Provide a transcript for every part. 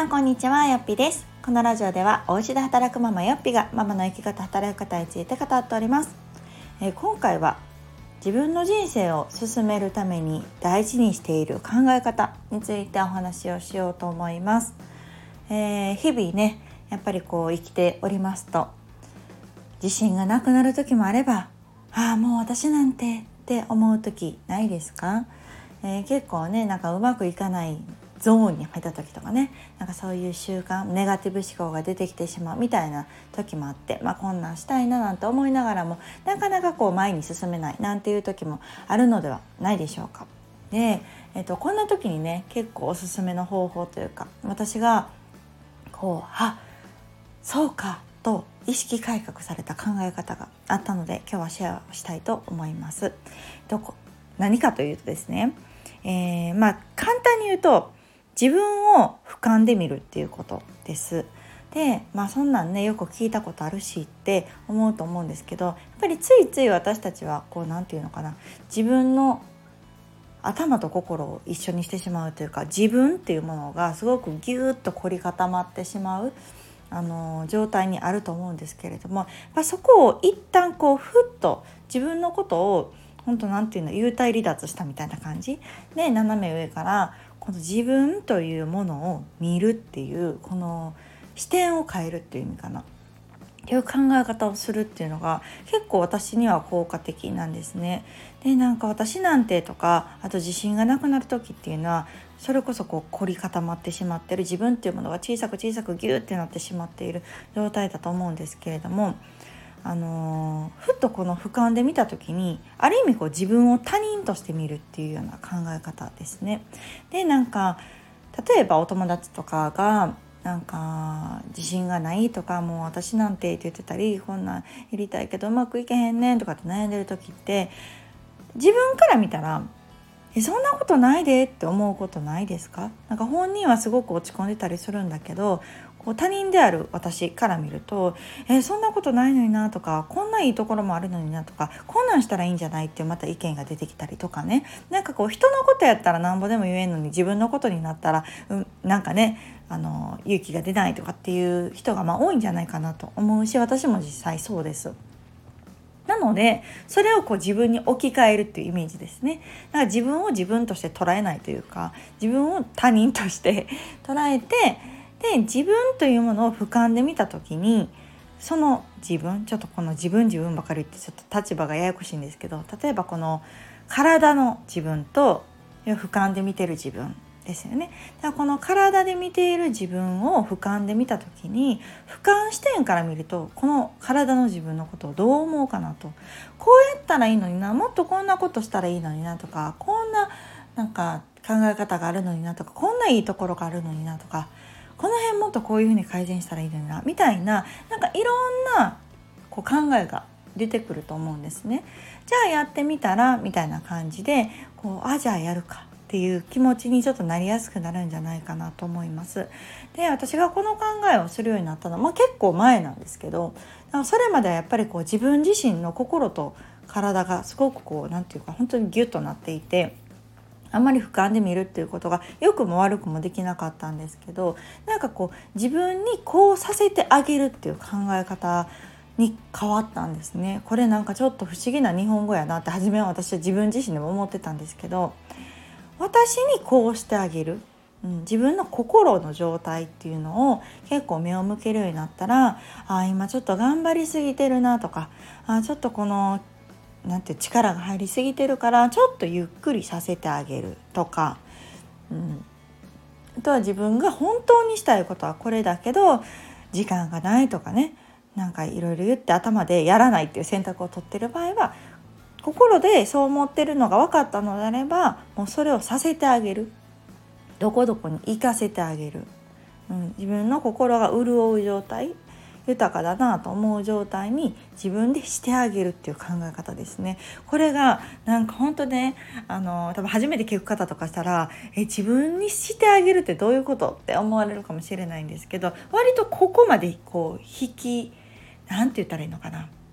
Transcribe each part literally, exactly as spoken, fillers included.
さんこんにちは、よっぴです。このラジオではお家で働くママよっぴがママの生き方、働き方について語っております。えー、今回は自分の人生を進めるために大事にしている考え方についてお話をしようと思います。えー、日々ねやっぱりこう生きておりますと、自信がなくなる時もあれば、ああもう私なんてって思う時ないですか？えー、結構ねなんかうまくいかないゾーンに入った時とかね、なんかそういう習慣、ネガティブ思考が出てきてしまうみたいな時もあって、まあこんなんしたいななんて思いながらもなかなかこう前に進めないなんていう時もあるのではないでしょうか。で、えっと、こんな時にね結構おすすめの方法というか、私がこうあそうかと意識改革された考え方があったので今日はシェアをしたいと思います。どこ何かというとですね、えー、まあ簡単に言うと自分を俯瞰で見るっていうことです。で、まあそんなんねよく聞いたことあるしって思うと思うんですけど、やっぱりついつい私たちはこうなんていうのかな、自分の頭と心を一緒にしてしまうというか、自分っていうものがすごくギューッと凝り固まってしまうあの状態にあると思うんですけれども、まあ、そこを一旦こうふっと自分のことを本当なんていうの幽体離脱したみたいな感じで、斜め上からこの自分というものを見るっていうこの視点を変えるっていう意味かなっていう考え方をするっていうのが結構私には効果的なんですね。で、なんか私なんてとか、あと自信がなくなる時っていうのはそれこそこう凝り固まってしまってる自分っていうものが小さく小さくギューってなってしまっている状態だと思うんですけれども、あのー、ふっとこの俯瞰で見た時にある意味こう自分を他人として見るっていうような考え方ですね。で、なんか例えばお友達とかがなんか自信がないとか、もう私なんてって言ってたり、こんなんやりたいけどうまくいけへんねんとかって悩んでる時って、自分から見たらえそんなことないでって思うことないですか？なんか本人はすごく落ち込んでたりするんだけど、こう他人である私から見るとえそんなことないのになとか、こんないいところもあるのになとか、こんなんしたらいいんじゃないってまた意見が出てきたりとかね、なんかこう人のことやったらなんぼでも言えんのに自分のことになったら、うん、なんかねあの勇気が出ないとかっていう人がまあ多いんじゃないかなと思うし、私も実際そうです。なのでそれをこう自分に置き換えるっていうイメージですね。だから自分を自分として捉えないというか、自分を他人として捉えて、で自分というものを俯瞰で見た時に、その自分ちょっとこの自分自分ばかりってちょっと立場がややこしいんですけど、例えばこの体の自分と俯瞰で見てる自分ですよね。だからこの体で見ている自分を俯瞰で見た時に、俯瞰視点から見るとこの体の自分のことをどう思うかなと、こうやったらいいのにな、もっとこんなことしたらいいのになとか、こんななんか考え方があるのになとか、こんないいところがあるのになとか、この辺もっとこういうふうに改善したらいいのになみたいな、なんかいろんなこう考えが出てくると思うんですね。じゃあやってみたらみたいな感じで、こうあじゃあやるかっていう気持ちにちょっとなりやすくなるんじゃないかなと思います。で、私がこの考えをするようになったのは、まあ、結構前なんですけど、それまではやっぱりこう自分自身の心と体がすごくこうなんていうか本当にギュッとなっていて、あんまり俯瞰で見るっていうことが良くも悪くもできなかったんですけど、なんかこう自分にこうさせてあげるっていう考え方に変わったんですね。これなんかちょっと不思議な日本語やなって初めは私は自分自身でも思ってたんですけど、私にこうしてあげる、うん、自分の心の状態っていうのを結構目を向けるようになったら、あ今ちょっと頑張りすぎてるなとか、あちょっとこのなんて力が入りすぎてるからちょっとゆっくりさせてあげるとか、うん、あとは自分が本当にしたいことはこれだけど時間がないとかね、なんかいろいろ言って頭でやらないっていう選択を取ってる場合は、心でそう思ってるのが分かったのであれば、もうそれをさせてあげる、どこどこに行かせてあげる、うん、自分の心が潤う状態、豊かだなと思う状態に自分でしてあげるっていう考え方ですね。これがなんか本当ね、あの多分初めて聞く方とかしたらえ自分にしてあげるってどういうことって思われるかもしれないんですけど、割とここまでこう引きなんて言ったらいいのかな、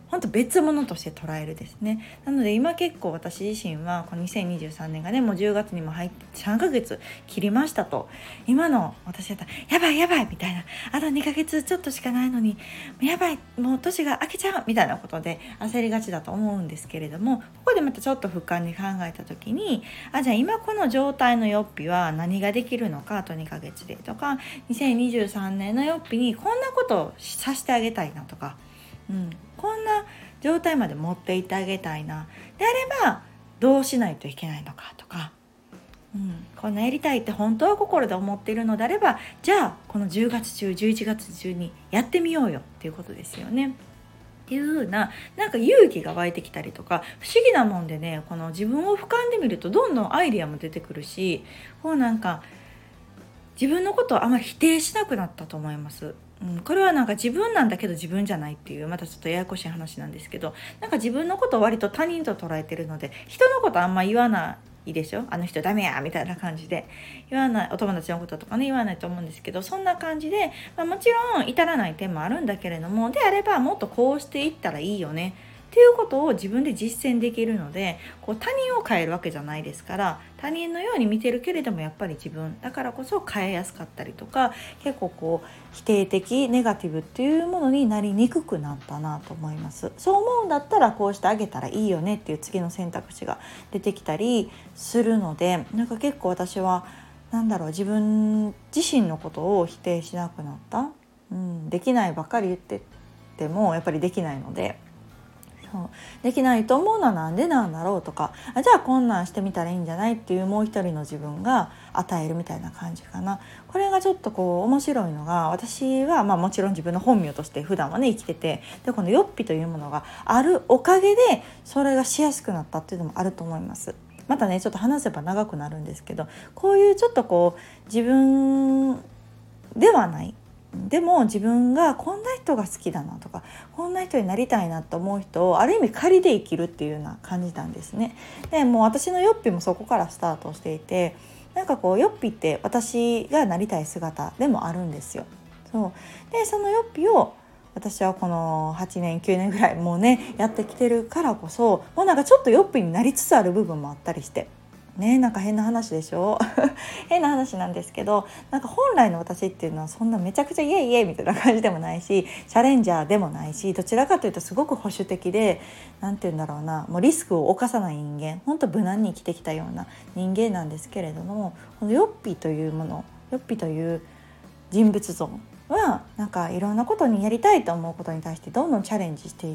本当別物として捉えるですね。なので今結構私自身はこのにせんにじゅうさんねんがねもうじゅうがつにも入ってさんかげつ切りましたと、今の私だったらやばいやばいみたいな、あとにかげつちょっとしかないのにやばいもう年が明けちゃうみたいなことで焦りがちだと思うんですけれども、ここでまたちょっと俯瞰に考えた時に、あじゃあ今この状態のよっぴは何ができるのか、あとにかげつでとかにせんにじゅうさんねんのよっぴにこんなことをさせてあげたいなとか、うん、こんな状態まで持っていってあげたいなであればどうしないといけないのかとか、うん、こんなやりたいって本当は心で思っているのであれば、じゃあこのじゅうがつ中じゅういちがつ中にやってみようよっていうことですよね。っていう風ななんか勇気が湧いてきたりとか、不思議なもんでね、この自分を俯瞰で見るとどんどんアイデアも出てくるし、こうなんか自分のことをあまり否定しなくなったと思います。うん、これはなんか自分なんだけど自分じゃないっていうまたちょっとややこしい話なんですけど、なんか自分のことを割と他人と捉えてるので、人のことあんま言わないでしょ、あの人ダメやみたいな感じで言わない、お友達のこととかね言わないと思うんですけど、そんな感じで、まあ、もちろん至らない点もあるんだけれども、であればもっとこうしていったらいいよねっていうことを自分で実践できるので、こう他人を変えるわけじゃないですから、他人のように見てるけれどもやっぱり自分だからこそ変えやすかったりとか、結構こう否定的ネガティブっていうものになりにくくなったなと思います。そう思うんだったらこうしてあげたらいいよねっていう次の選択肢が出てきたりするので、なんか結構私はなんだろう、自分自身のことを否定しなくなった、うん、できないばっかり言っててもやっぱりできないので、そうできないと思うのはなんでなんだろうとか、あじゃあこんなんしてみたらいいんじゃないっていうもう一人の自分が与えるみたいな感じかな。これがちょっとこう面白いのが、私はまあもちろん自分の本名として普段はね生きてて、でこのよっぴというものがあるおかげでそれがしやすくなったっていうのもあると思います。またねちょっと話せば長くなるんですけど、こういうちょっとこう自分ではない、でも自分がこんな人が好きだなとかこんな人になりたいなと思う人をある意味仮で生きるっていうような感じなんですね。でもう私のよっぴもそこからスタートしていて、なんかこうよっぴって私がなりたい姿でもあるんですよ。そうでそのよっぴを私はこのはちねんきゅうねんぐらいもうねやってきてるからこそ、もうなんかちょっとよっぴになりつつある部分もあったりしてね、なんか変な話でしょ変な話なんですけど、なんか本来の私っていうのはそんなめちゃくちゃイエイイエイみたいな感じでもないし、チャレンジャーでもないし、どちらかというとすごく保守的で、なんていうんだろうな、もうリスクを冒さない人間、本当無難に生きてきたような人間なんですけれども、このヨッピーというもの、ヨッピーという人物像はなんかいろんなことにやりたいと思うことに対してどんどんチャレンジしていって、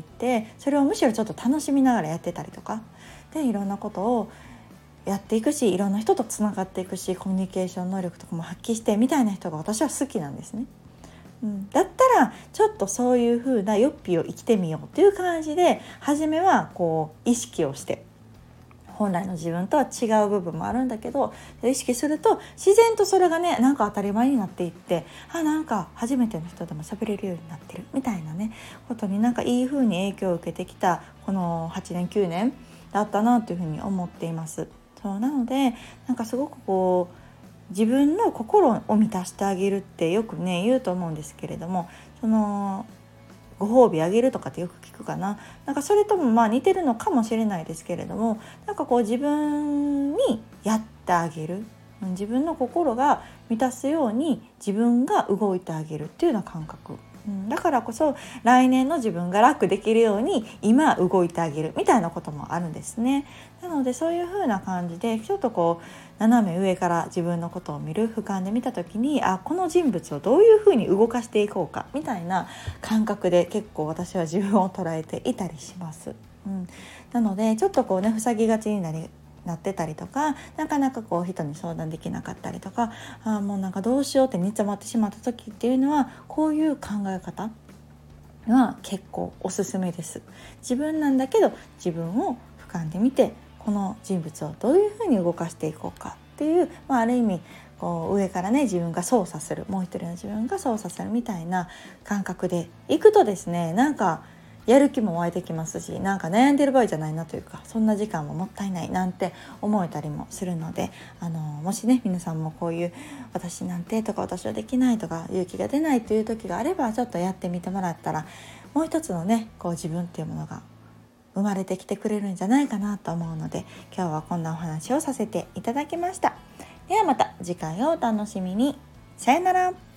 それをむしろちょっと楽しみながらやってたりとかで、いろんなことをやっていくし、いろんな人とつながっていくし、コミュニケーション能力とかも発揮してみたいな人が私は好きなんですね。うん、だったらちょっとそういう風なヨッピーを生きてみようっていう感じで、初めはこう意識をして、本来の自分とは違う部分もあるんだけど意識すると自然とそれがねなんか当たり前になっていって、あなんか初めての人でも喋れるようになってるみたいなねことに、なんかいい風に影響を受けてきたこのはちねんきゅうねんだったなというふうに思っています。そうなのでなんかすごくこう自分の心を満たしてあげるってよくね言うと思うんですけれども、そのご褒美あげるとかってよく聞くかな。なんかそれともまあ似てるのかもしれないですけれども、なんかこう自分にやってあげる、自分の心が満たすように自分が動いてあげるっていうような感覚、うん、だからこそ来年の自分が楽できるように今動いてあげるみたいなこともあるんですね。なのでそういう風な感じでちょっとこう斜め上から自分のことを見る、俯瞰で見た時に、あこの人物をどういう風に動かしていこうかみたいな感覚で結構私は自分を捉えていたりします、うん、なのでちょっとこうね塞ぎがちになりなってたりとか、なかなかこう人に相談できなかったりとか、あもうなんかどうしようって煮詰まってしまった時っていうのは、こういう考え方は結構おすすめです。自分なんだけど自分を俯瞰で見て、この人物をどういうふうに動かしていこうかっていう、まあ、ある意味こう上からね自分が操作する、もう一人の自分が操作するみたいな感覚でいくとですね、なんかやる気も湧いてきますし、なんか悩んでる場合じゃないなというか、そんな時間ももったいないなんて思えたりもするので、あのもしね皆さんもこういう私なんてとか私はできないとか勇気が出ないという時があれば、ちょっとやってみてもらったらもう一つのねこう自分っていうものが生まれてきてくれるんじゃないかなと思うので、今日はこんなお話をさせていただきました。ではまた次回をお楽しみに。さよなら。